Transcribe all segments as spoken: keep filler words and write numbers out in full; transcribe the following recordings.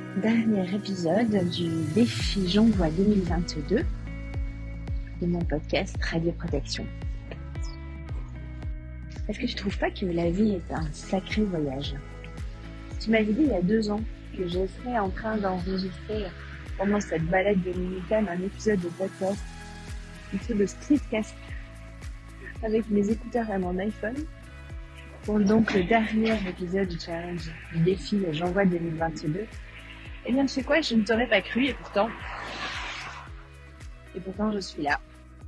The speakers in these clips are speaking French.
Dernier épisode du défi J'envoie deux mille vingt-deux de mon podcast Radio Protection. Est-ce que tu trouves pas que la vie est un sacré voyage? Tu m'avais dit il y a deux ans que je serais en train d'enregistrer pendant cette balade de Dominicaine un épisode de podcast, plutôt de streetcast, avec mes écouteurs et mon iPhone, pour donc le dernier épisode du challenge du défi J'envoie deux mille vingt-deux. Eh bien, tu sais quoi, je ne t'aurais pas cru, et pourtant, et pourtant, je suis là.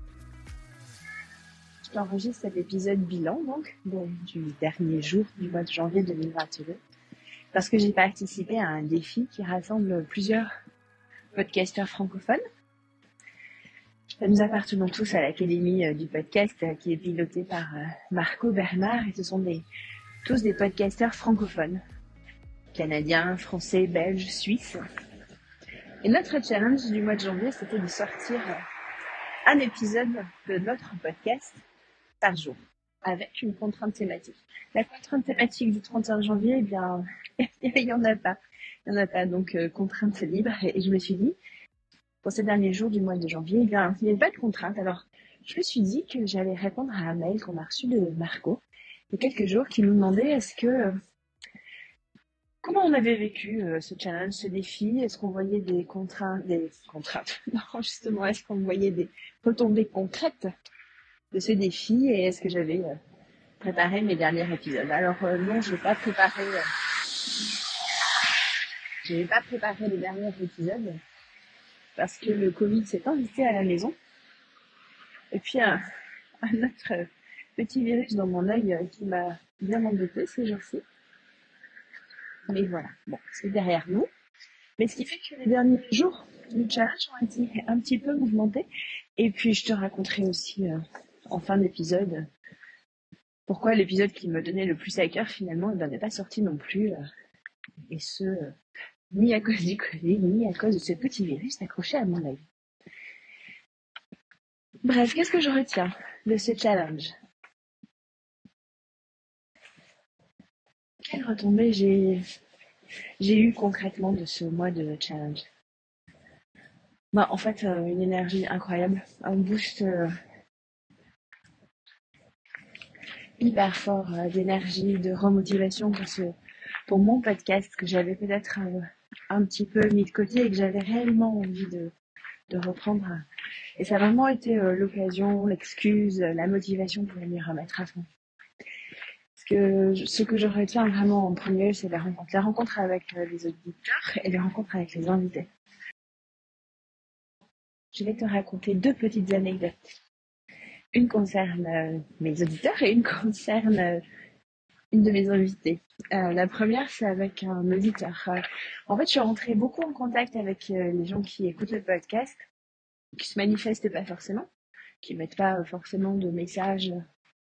Je t'enregistre cet épisode bilan, donc, de, du dernier jour du mois de janvier deux mille vingt-deux, parce que j'ai participé à un défi qui rassemble plusieurs podcasteurs francophones. Nous appartenons tous à l'académie du podcast qui est pilotée par Marco Bernard, et ce sont des, tous des podcasteurs francophones. Canadiens, français, belges, suisses. Et notre challenge du mois de janvier, c'était de sortir un épisode de notre podcast par jour, avec une contrainte thématique. La contrainte thématique du trente et un janvier, eh bien, il n'y en a pas. Il n'y en a pas, donc euh, contrainte libre. Et, et je me suis dit, pour ces derniers jours du mois de janvier, eh bien, il n'y avait pas de contrainte. Alors, je me suis dit que j'allais répondre à un mail qu'on a reçu de Marco il y a quelques jours qui nous demandait est-ce que... Euh, Comment on avait vécu euh, ce challenge, ce défi? Est-ce qu'on voyait des contraintes, des contraintes Non, justement, est-ce qu'on voyait des retombées concrètes de ce défi? Et est-ce que j'avais euh, préparé mes derniers épisodes? Alors euh, non, je n'ai pas préparé. Euh, je n'ai pas préparé les derniers épisodes parce que le Covid s'est invité à la maison. Et puis un, un autre euh, petit virus dans mon œil euh, qui m'a bien embêté ces jours-ci. Mais voilà, bon, c'est derrière nous. Mais ce qui fait que les derniers jours du challenge ont été un petit peu mouvementés. Et puis je te raconterai aussi euh, en fin d'épisode pourquoi l'épisode qui me donnait le plus à cœur finalement eh ben, n'est pas sorti non plus. Euh, et ce, euh, ni à cause du Covid, ni à cause de ce petit virus accroché à mon œil. Bref, qu'est-ce que je retiens de ce challenge? Quelles retombées j'ai, j'ai eu concrètement de ce mois de challenge? Bah, en fait, euh, une énergie incroyable, un boost euh, hyper fort euh, d'énergie, de remotivation pour ce, pour mon podcast que j'avais peut-être euh, un petit peu mis de côté et que j'avais réellement envie de, de reprendre. Et ça a vraiment été euh, l'occasion, l'excuse, la motivation pour m'y remettre à fond. Parce que je, ce que je retiens vraiment en premier, c'est la rencontre. La rencontre avec euh, les auditeurs et les rencontres avec les invités. Je vais te raconter deux petites anecdotes. Une concerne euh, mes auditeurs et une concerne euh, une de mes invités. Euh, la première, c'est avec un auditeur. Euh, en fait, je suis rentrée beaucoup en contact avec euh, les gens qui écoutent le podcast, qui se manifestent pas forcément, qui mettent pas euh, forcément de messages,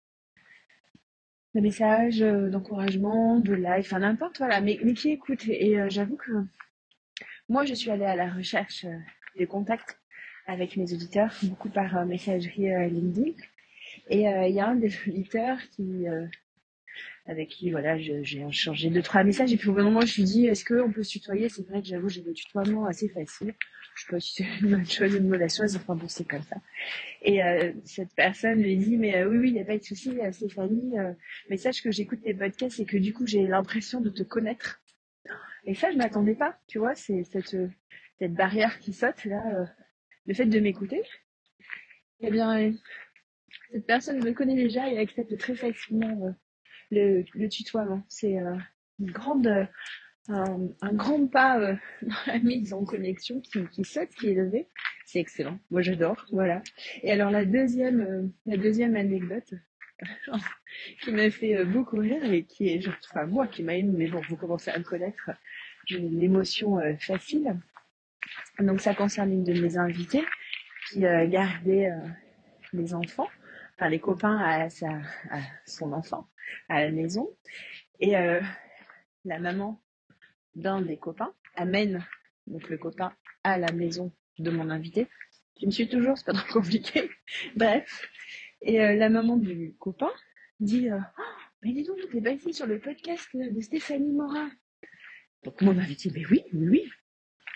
de messages euh, d'encouragement, de live, enfin n'importe, voilà, mais, mais qui écoutent. Et euh, j'avoue que moi, je suis allée à la recherche euh, des contacts avec mes auditeurs, beaucoup par euh, messagerie euh, LinkedIn. Et il euh, y a un des auditeurs qui... Euh, avec qui voilà je, j'ai échangé deux trois messages et puis au bout d'un moment je me suis dit est-ce qu'on peut se tutoyer? C'est vrai que j'avoue j'ai des tutoiements assez faciles, je sais pas si c'est une bonne chose ou une mauvaise chose, enfin bon c'est comme ça. Et euh, cette personne lui dit mais euh, oui oui il n'y a pas de souci euh, Stéphanie, euh, mais sache que j'écoute tes podcasts et que du coup j'ai l'impression de te connaître. Et ça je m'attendais pas, tu vois, c'est cette cette barrière qui saute là, euh, le fait de m'écouter. Eh bien euh, cette personne me connaît déjà et accepte très facilement euh, Le, le tutoiement. C'est euh, une grande, euh, un, un grand pas euh, dans la mise en connexion qui, qui saute, qui est levé. C'est excellent. Moi, j'adore. Voilà. Et alors, la deuxième, euh, la deuxième anecdote qui m'a fait euh, beaucoup rire et qui est, enfin, moi qui m'a ému, mais bon, vous commencez à me connaître, j'ai une émotion euh, facile. Donc, ça concerne une de mes invitées qui euh, gardait euh, les enfants, enfin les copains à, sa, à son enfant à la maison. Et euh, la maman d'un des copains amène donc le copain à la maison de mon invité. Je me suis toujours, c'est pas trop compliqué. Bref. Et euh, la maman du copain dit euh, oh, mais dis donc, t'es passé sur le podcast de Stéphanie Morin. Donc mon invité, mais oui, oui, oui.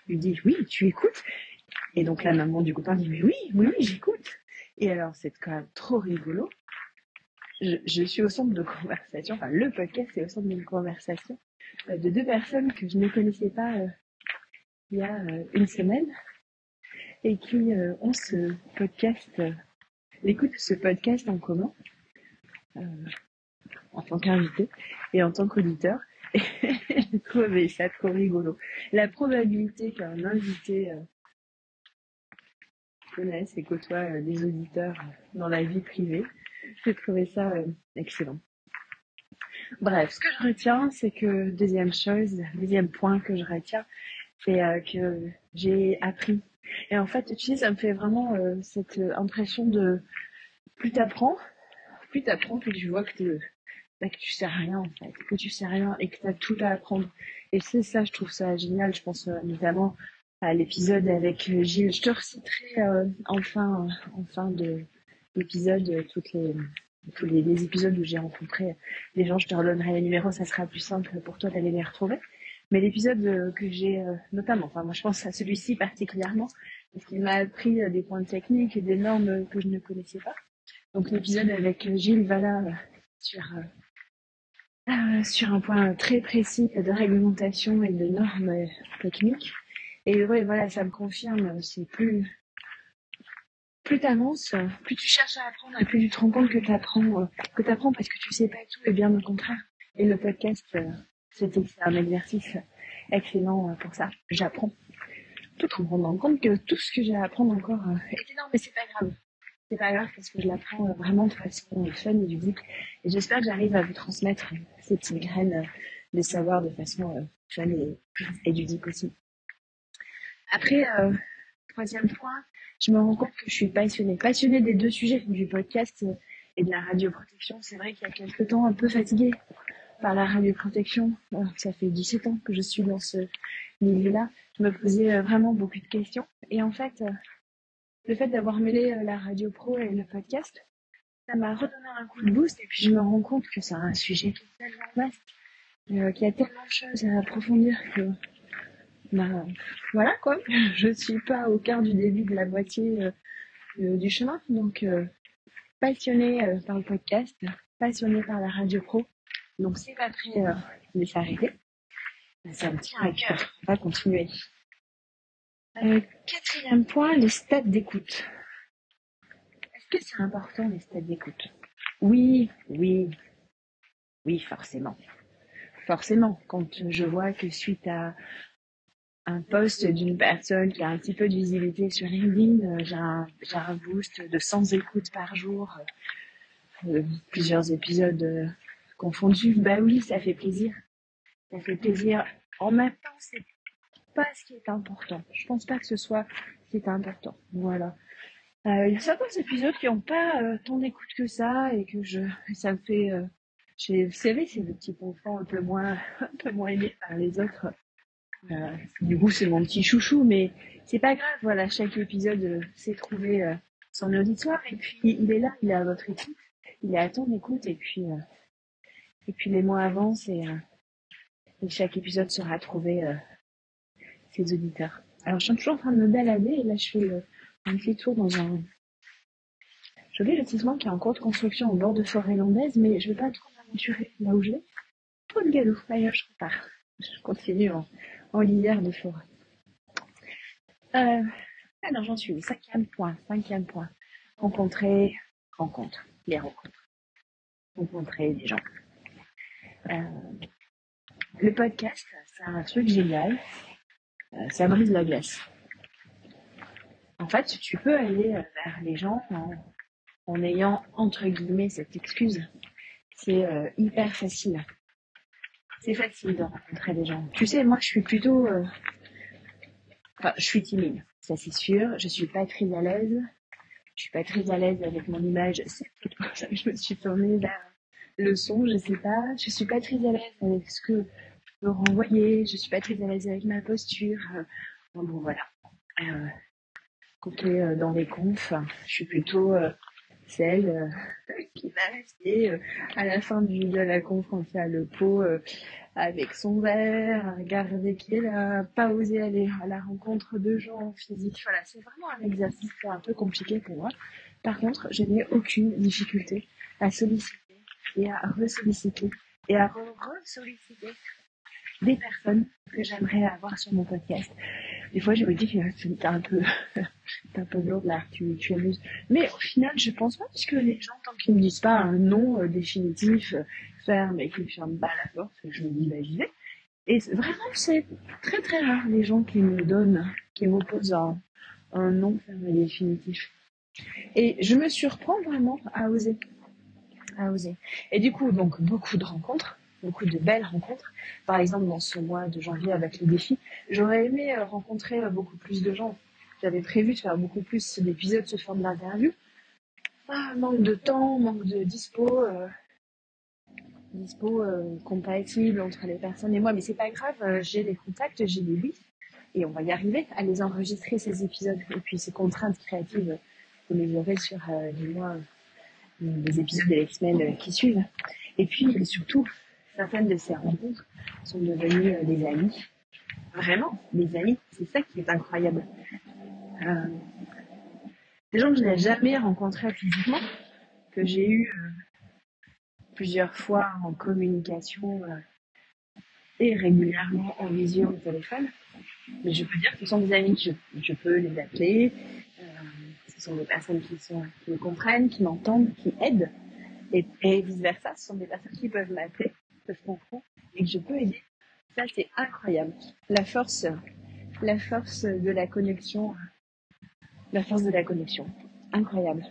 lui dit oui, tu écoutes. Et donc la maman du copain dit mais oui, oui, oui, j'écoute. Et alors c'est quand même trop rigolo. Je, je suis au centre de conversation, enfin le podcast est au centre d'une conversation euh, de deux personnes que je ne connaissais pas euh, il y a euh, une semaine et qui euh, ont ce podcast, euh, l'écoute de ce podcast en commun euh, en tant qu'invité et en tant qu'auditeur. Et j'ai trouvé ça trop rigolo. La probabilité qu'un invité euh, connaisse et côtoie euh, des auditeurs euh, dans la vie privée, j'ai trouvé ça euh, excellent. Bref, ce que je retiens, c'est que deuxième chose, deuxième point que je retiens, c'est euh, que j'ai appris. Et en fait, tu sais, ça me fait vraiment euh, cette impression de plus t'apprends, plus t'apprends, plus tu vois que, t'es, bah, que tu sais rien en fait, que tu sais rien et que t'as tout à apprendre. Et c'est ça, je trouve ça génial. Je pense euh, notamment à l'épisode avec euh, Gilles. Je te reciterai euh, en fin, en fin de l'épisode euh, toutes les tous les, les épisodes où j'ai rencontré des gens. Je te redonnerai les numéros, ça sera plus simple pour toi d'aller les retrouver. Mais l'épisode euh, que j'ai euh, notamment, enfin moi je pense à celui-ci particulièrement, parce qu'il m'a appris euh, des points techniques et des normes euh, que je ne connaissais pas. Donc l'épisode avec euh, Gilles Valla euh, sur euh, euh, sur un point très précis de réglementation et de normes euh, techniques. Et ouais, voilà, ça me confirme, c'est plus plus t'avances, plus tu cherches à apprendre et plus tu te rends compte que t'apprends, euh, que t'apprends parce que tu sais pas tout et bien au contraire. Et le podcast, euh, c'était un exercice excellent euh, pour ça. J'apprends tout en me rendant compte que tout ce que j'ai à apprendre encore euh, est énorme, mais c'est pas grave. C'est pas grave parce que je l'apprends euh, vraiment de façon fun et ludique. Et j'espère que j'arrive à vous transmettre euh, ces petites graines euh, de savoir de façon euh, fun et, et ludique aussi. Après, euh, troisième point, je me rends compte que je suis passionnée. Passionnée des deux sujets, du podcast et de la radioprotection. C'est vrai qu'il y a quelques temps, un peu fatiguée par la radioprotection. Ça fait dix-sept ans que je suis dans ce milieu-là. Je me posais vraiment beaucoup de questions. Et en fait, le fait d'avoir mêlé la radio pro et le podcast, ça m'a redonné un coup de boost. Et puis je me rends compte que c'est un sujet qui est tellement vaste, euh, qu'il y a tellement de choses à approfondir que... Bah, voilà quoi, je suis pas au quart du début de la moitié euh, du chemin, donc euh, passionnée euh, par le podcast, passionnée par la radio pro, donc c'est pas prêt euh, de s'arrêter, ça me tient à cœur, on va continuer. Euh, quatrième point, les stats d'écoute. Est-ce que c'est important les stats d'écoute? Oui, oui, oui, forcément. Forcément, quand je vois que suite à un post d'une personne qui a un petit peu de visibilité sur LinkedIn, euh, j'ai, un, j'ai un boost de cent écoutes par jour, euh, plusieurs épisodes euh, confondus. Bah oui, ça fait plaisir. Ça fait plaisir. En même temps, c'est pas ce qui est important. Je pense pas que ce soit ce qui est important. Voilà. Euh, il y a certains épisodes qui n'ont pas euh, tant d'écoute que ça et que je, ça me fait. Euh, j'ai, vous savez, c'est le petit enfant un peu moins, un peu moins aimé par les autres. Euh, du coup, c'est mon petit chouchou, mais c'est pas grave. Voilà, chaque épisode euh, s'est trouvé euh, son auditoire et puis il est là, il est à votre écoute, il est à ton écoute et puis euh, et puis les mois avancent et, euh, et chaque épisode sera trouvé euh, ses auditeurs. Alors, je suis toujours en train de me balader et là, je fais le, un petit tour dans un joli lotissement qui est en cours de construction au bord de forêt landaise, mais je vais pas trop m'aventurer là où je vais. Trop de galop. D'ailleurs, je repars. Je continue en, en lisière de forêt. Euh, alors, j'en suis au cinquième point. Cinquième point. Rencontrer, rencontre, les rencontres. Rencontrer des gens. Euh, le podcast, c'est un truc génial. Euh, ça brise la glace. En fait, tu peux aller vers les gens en, en ayant, entre guillemets, cette excuse. C'est euh, hyper facile. C'est facile de rencontrer des gens. Tu sais, moi, je suis plutôt... Euh... Enfin, je suis timide, ça c'est sûr. Je suis pas très à l'aise. Je suis pas très à l'aise avec mon image. C'est peut-être pour ça que je me suis tournée vers le son, je sais pas. Je suis pas très à l'aise avec ce que je peux renvoyer. Je suis pas très à l'aise avec ma posture. Bon, bon voilà. Euh, quand on est dans les confs, je suis plutôt euh, celle euh, qui va rester euh, à la fin du, de la conf quand il y a le pot euh, avec son verre, à regarder qui est là, pas oser aller à la rencontre de gens physiques. Voilà, c'est vraiment un exercice qui est un peu compliqué pour moi. Par contre, je n'ai aucune difficulté à solliciter et à re-solliciter et à re-solliciter des personnes que j'aimerais avoir sur mon podcast. Des fois, je me dis que c'est un peu, c'est un peu lourd là, tu, tu amuses. Mais au final, je pense pas, parce que les gens, tant qu'ils me disent pas un nom euh, définitif, euh, ferme et qu'ils ferment pas la porte, je me dis, bah, j'y vais. Et vraiment, c'est très très rare les gens qui me donnent, qui m'opposent un, un nom ferme et définitif. Et je me surprends vraiment à oser, à oser. Et du coup, donc, beaucoup de rencontres, beaucoup de belles rencontres. Par exemple, dans ce mois de janvier avec les défis, j'aurais aimé euh, rencontrer euh, beaucoup plus de gens. J'avais prévu de faire beaucoup plus d'épisodes sous forme d'interview. Ah, manque de temps, manque de dispo, euh, dispo euh, compatible entre les personnes et moi. Mais c'est pas grave, euh, j'ai des contacts, j'ai des oui. Et on va y arriver à les enregistrer, ces épisodes. Et puis ces contraintes créatives, vous les aurez sur euh, les mois, les épisodes et les semaines qui suivent. Et puis, et surtout, certaines de ces rencontres sont devenues euh, des amis. Vraiment, des amis. C'est ça qui est incroyable. Euh, des gens que je n'ai jamais rencontrés physiquement, que j'ai eu euh, plusieurs fois en communication euh, et régulièrement en visio au téléphone. Mais je peux dire que ce sont des amis, je, je peux les appeler. Euh, ce sont des personnes qui, sont, qui me comprennent, qui m'entendent, qui aident. Et, et vice-versa, ce sont des personnes qui peuvent m'appeler, peuvent comprendre et que je peux aider. Ça, c'est incroyable. La force, la force de la connexion, la force de la connexion. Incroyable.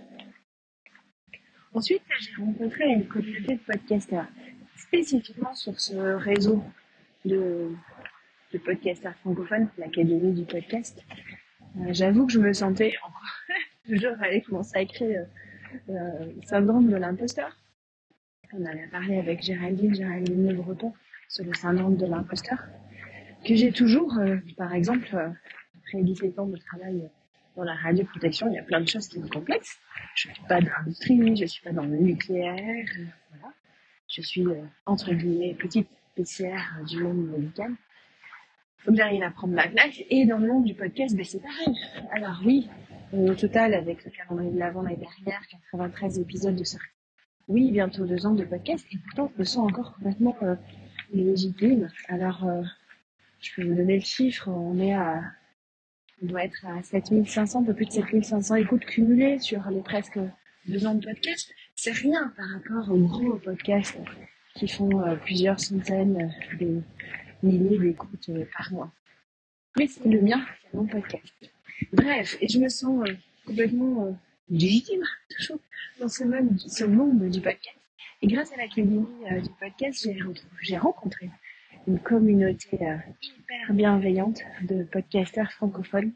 Ensuite, j'ai rencontré une communauté de podcasteurs, spécifiquement sur ce réseau de, de podcasteurs francophones, l'Académie du podcast. Euh, j'avoue que je me sentais encore toujours avec mon sacré euh, euh, syndrome de l'imposteur. On avait parlé avec Géraldine, Géraldine Le Breton, sur le syndrome de l'imposteur, que j'ai toujours, euh, par exemple, euh, après dix-sept ans de travail dans la radioprotection, il y a plein de choses qui me complexent. Je ne suis pas dans l'industrie, je ne suis pas dans le nucléaire, euh, voilà. Je suis, euh, entre guillemets, petite spéciaire du monde médical. Il faut que j'arrive à prendre ma place. Et dans le monde du podcast, ben, c'est pareil. Alors oui, au total, avec le calendrier de l'avant l'année dernière, quatre-vingt-treize épisodes de sortie. Oui, bientôt deux ans de podcast. Et pourtant, je me sens encore complètement euh, illégitime. Alors, euh, je peux vous donner le chiffre. On est à, on doit être à sept mille cinq cents, un peu plus de sept mille cinq cents écoutes cumulées sur les presque deux ans de podcast. C'est rien par rapport aux gros podcasts qui font euh, plusieurs centaines de milliers d'écoutes euh, par mois. Mais c'est le mien, c'est mon podcast. Bref, et je me sens euh, complètement euh, légitime, toujours, dans ce monde, ce monde du podcast. Et grâce à l'Académie euh, du podcast, j'ai, j'ai rencontré une communauté euh, hyper bienveillante de podcasteurs francophones.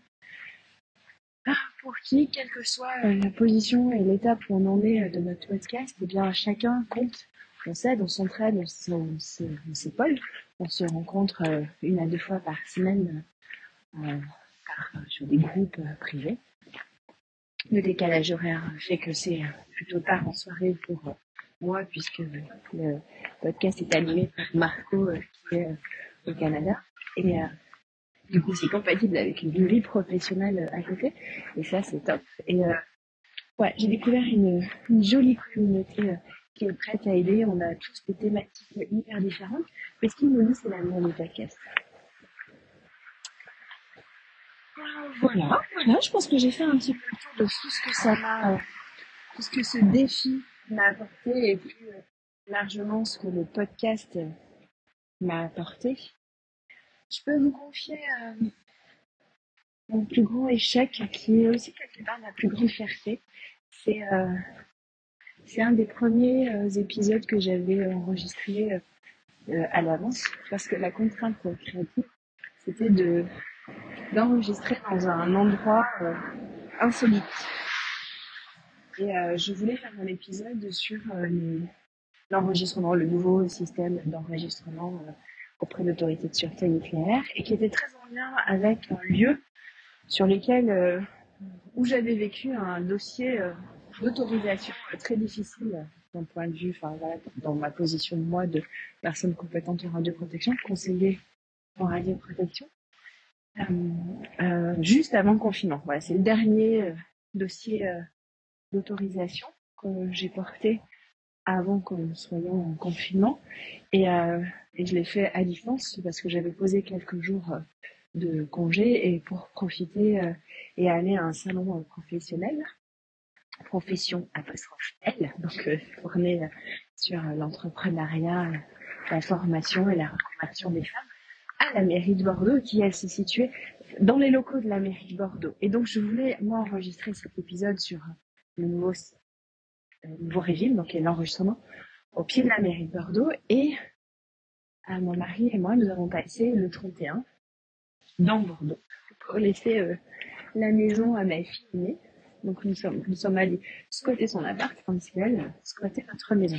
Ah, pour qui, quelle que soit euh, la position et l'étape où on en est euh, de notre podcast, eh bien, chacun compte. On s'aide, on s'entraide, on, se- on, se- on s'épaule. On se rencontre euh, une à deux fois par semaine euh, par, euh, sur des groupes euh, privés. Le décalage horaire fait que c'est euh, plutôt tard en soirée pour euh, moi, puisque euh, le podcast est animé par Marco, euh, qui est euh, au Canada. Et euh, du coup, c'est compatible avec une vie professionnelle euh, à côté. Et ça, c'est top. Et euh, ouais, j'ai découvert une, une jolie communauté euh, qui est prête à aider. On a tous des thématiques hyper différentes. Mais ce qui nous lie, c'est l'amour du podcast. Voilà, voilà, je pense que j'ai fait un petit peu le tour de tout ce que ça m'a, euh, tout ce que ce défi m'a apporté et plus euh, largement ce que le podcast euh, m'a apporté. Je peux vous confier euh, mon plus grand échec, qui est aussi quelque part ma plus grande fierté. C'est, euh, c'est un des premiers euh, épisodes que j'avais enregistré euh, euh, à l'avance, parce que la contrainte créative, c'était de d'enregistrer dans un endroit euh, insolite. Et euh, je voulais faire un épisode sur euh, les- l'enregistrement, le nouveau système d'enregistrement euh, auprès de l'autorité de sûreté nucléaire, et qui était très en lien avec un lieu sur lequel euh, où j'avais vécu un dossier euh, d'autorisation euh, très difficile d'un point de vue, enfin voilà, dans ma position moi de personne compétente en radioprotection, conseiller en radioprotection, euh, euh, juste avant le confinement. Voilà, c'est le dernier euh, dossier euh, d'autorisation que j'ai porté avant que nous soyons en confinement. Et, euh, et je l'ai fait à distance parce que j'avais posé quelques jours euh, de congé et pour profiter euh, et aller à un salon euh, professionnel, profession apostrophe L, donc euh, tourné euh, sur euh, l'entrepreneuriat, euh, la formation et la reconversion des femmes à la mairie de Bordeaux qui elle se situait dans les locaux de la mairie de Bordeaux. Et donc je voulais moi enregistrer cet épisode sur euh, le nouveau, euh, nouveau régime, donc l'enregistrement au pied de la mairie de Bordeaux et à mon mari et moi nous avons passé le trente et un dans Bordeaux pour laisser euh, la maison à ma fille aînée. Donc nous sommes, nous sommes allés squatter son appart, tandis qu'elle squattait notre maison.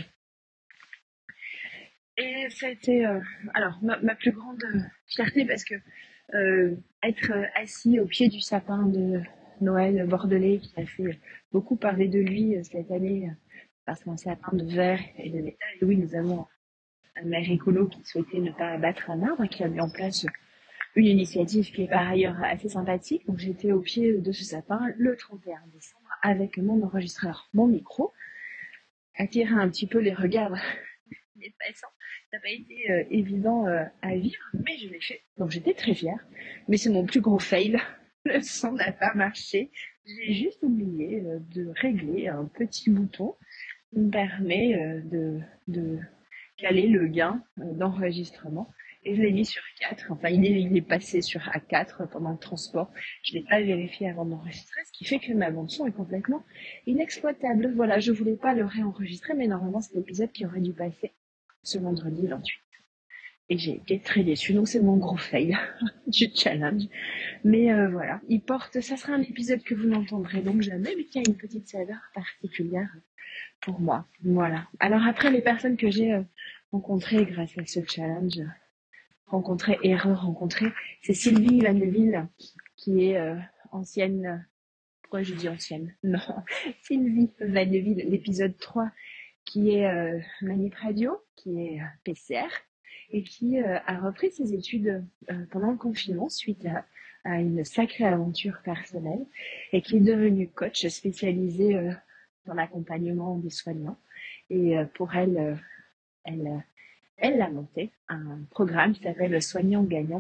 Et ça a été euh, alors ma, ma plus grande fierté parce que euh, être assis au pied du sapin de Noël bordelais qui a fait beaucoup parler de lui cette année parce qu'un sapin de verre et de métal. Et oui, nous avons un maire écolo qui souhaitait ne pas abattre un arbre, qui a mis en place une initiative qui est par ailleurs assez sympathique. Donc j'étais au pied de ce sapin le trente et un décembre avec mon enregistreur, mon micro, attirer un petit peu les regards des passants. Ça n'a pas été euh, évident euh, à vivre, mais je l'ai fait. Donc j'étais très fière. Mais c'est mon plus gros fail. Le son n'a pas marché. J'ai juste oublié euh, de régler un petit bouton qui me permet euh, de, de caler le gain euh, d'enregistrement. Et je l'ai mis sur quatre. Enfin, il est, il est passé sur A quatre pendant le transport. Je l'ai pas vérifié avant d'enregistrer, ce qui fait que ma bande son est complètement inexploitable. Voilà, je voulais pas le réenregistrer, mais normalement, c'est l'épisode qui aurait dû passer ce vendredi vingt-huit. Et j'ai été très déçue, donc c'est mon gros fail du challenge. Mais euh, voilà, il porte, ça sera un épisode que vous n'entendrez donc jamais, mais qui a une petite saveur particulière pour moi. Voilà. Alors après, les personnes que j'ai euh, rencontrées grâce à ce challenge, rencontrées, erreur rencontrée, c'est Sylvie Vanneville, qui est euh, ancienne, pourquoi je dis ancienne? Non, Sylvie Vanneville, l'épisode trois, qui est euh, Manip Radio, qui est euh, P C R, et qui euh, a repris ses études euh, pendant le confinement suite à, à une sacrée aventure personnelle, et qui est devenue coach spécialisée euh, dans l'accompagnement des soignants. Et euh, pour elle, euh, elle, elle a monté un programme qui s'appelle Soignant Gagnant,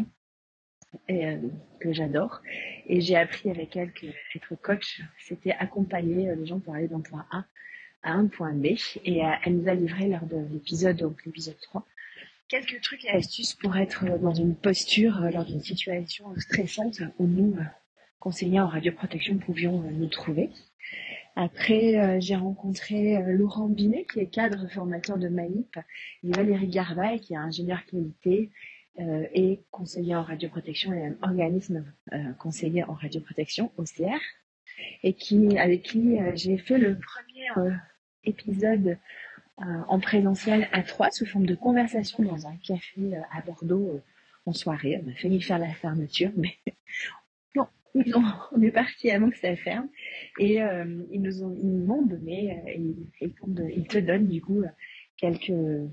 et, euh, que j'adore. Et j'ai appris avec elle que être coach, c'était accompagner les gens pour aller d'un point A à un point B. Et euh, elle nous a livré lors de l'épisode, donc l'épisode trois, quelques trucs et astuces pour être dans une posture euh, lors d'une situation stressante où nous, euh, conseillers en radioprotection, pouvions euh, nous trouver. Après, euh, j'ai rencontré euh, Laurent Binet, qui est cadre formateur de Manip, et Valérie Garvaille, qui est ingénieure qualité euh, et conseiller en radioprotection et un organisme euh, conseiller en radioprotection, O C R, et qui, avec qui euh, j'ai fait le premier euh, épisode euh, en présentiel à trois sous forme de conversation dans un café euh, à Bordeaux euh, en soirée. On a failli faire la fermeture, mais non, non, on est parti avant que ça ferme. Et euh, ils nous ont, ils m'ont donné, euh, ils, ils, ils te donnent du coup quelques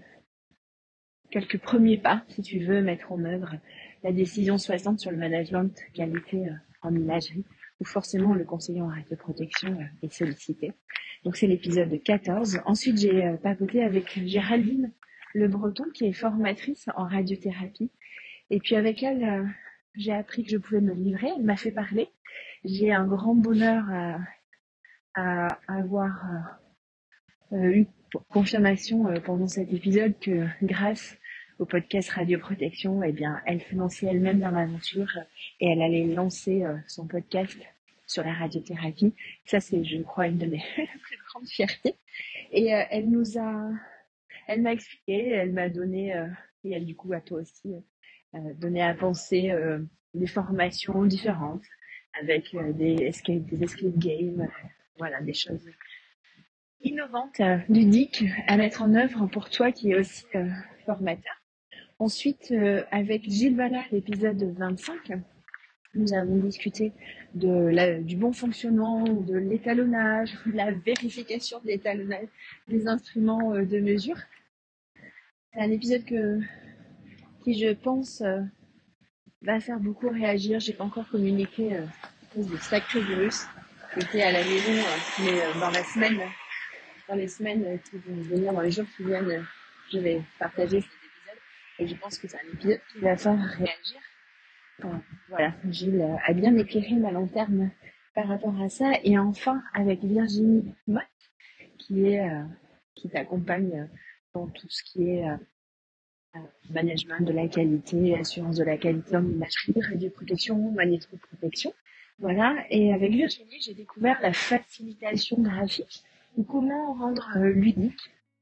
quelques premiers pas si tu veux mettre en œuvre la décision soixante sur le management qualité euh, en imagerie, où forcément le conseiller en radioprotection euh, est sollicité. Donc c'est l'épisode quatorze. Ensuite, j'ai euh, papoté avec Géraldine Le Breton, qui est formatrice en radiothérapie. Et puis avec elle, euh, j'ai appris que je pouvais me livrer. Elle m'a fait parler. J'ai un grand bonheur à, à, à avoir euh, euh, eu confirmation euh, pendant cet épisode que grâce au podcast Radioprotection, eh bien, elle s'est lancée elle-même dans l'aventure et elle allait lancer euh, son podcast sur la radiothérapie. Ça, c'est, je crois, une de mes plus grandes fiertés. Et euh, elle nous a, elle m'a expliqué, elle m'a donné, euh, et elle, du coup, à toi aussi, euh, donné à penser euh, des formations différentes avec euh, des escape, des escape games, euh, voilà, des choses innovantes, euh, ludiques à mettre en œuvre pour toi qui est aussi euh, formateur. Ensuite, euh, avec Gilles Ballard, l'épisode vingt-cinq, Nous avons discuté de la, du bon fonctionnement, de l'étalonnage, de la vérification de l'étalonnage des instruments euh, de mesure. C'est un épisode que, qui, je pense, euh, va faire beaucoup réagir. J'ai pas encore communiqué euh, à cause des sacrés virus. J'étais à la maison, euh, mais euh, dans la semaine, dans les semaines qui vont venir, dans les jours qui viennent, je vais partager cet épisode. Et je pense que c'est un épisode qui va faire réagir. Enfin, voilà, Gilles a bien éclairé ma lanterne par rapport à ça. Et enfin, avec Virginie Mott, qui est euh, qui t'accompagne dans tout ce qui est euh, management de la qualité, assurance de la qualité en imagerie, radioprotection, magnétoprotection. Voilà. Et avec Virginie, j'ai découvert la facilitation graphique ou comment rendre euh, ludique,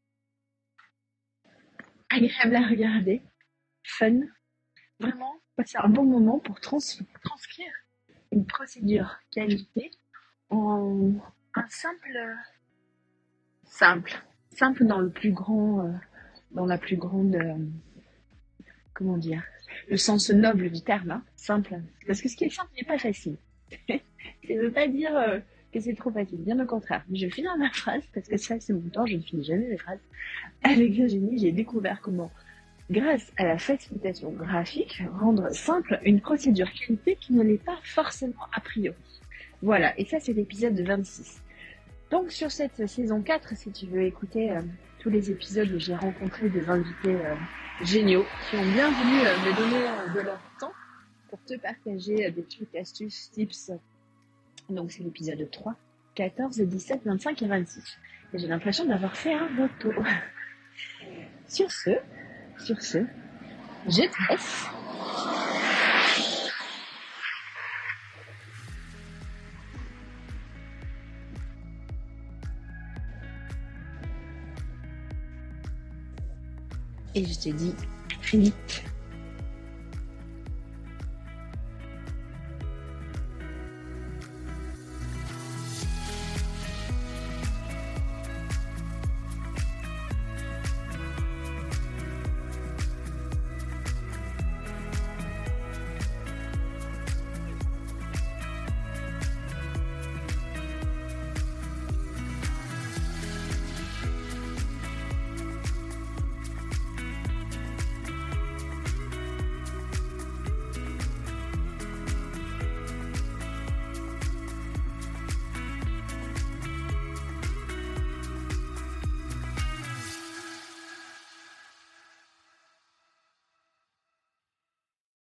agréable à regarder, fun, vraiment passer un bon moment pour trans- transcrire une procédure qualité en un simple, simple, simple dans le plus grand, euh, dans la plus grande, euh, comment dire, le sens noble du terme, hein, simple. Parce que ce qui est simple n'est pas facile. Ça ne veut pas dire euh, que c'est trop facile, bien au contraire. Je vais finir ma phrase parce que ça c'est mon temps, je ne finis jamais mes phrases. Avec Virginie, j'ai découvert comment, grâce à la facilitation graphique, rendre simple une procédure qualité qui ne l'est pas forcément a priori. Voilà, et ça c'est l'épisode vingt-six. Donc sur cette saison quatre, si tu veux écouter euh, tous les épisodes où j'ai rencontré des invités euh, géniaux qui ont bien voulu euh, me donner euh, de leur temps pour te partager euh, des trucs, astuces, tips. Donc c'est l'épisode trois, quatorze, dix-sept, vingt-cinq et vingt-six. Et j'ai l'impression d'avoir fait un moto. Sur ce, sur ce, je te laisse. Et je te dis à très vite.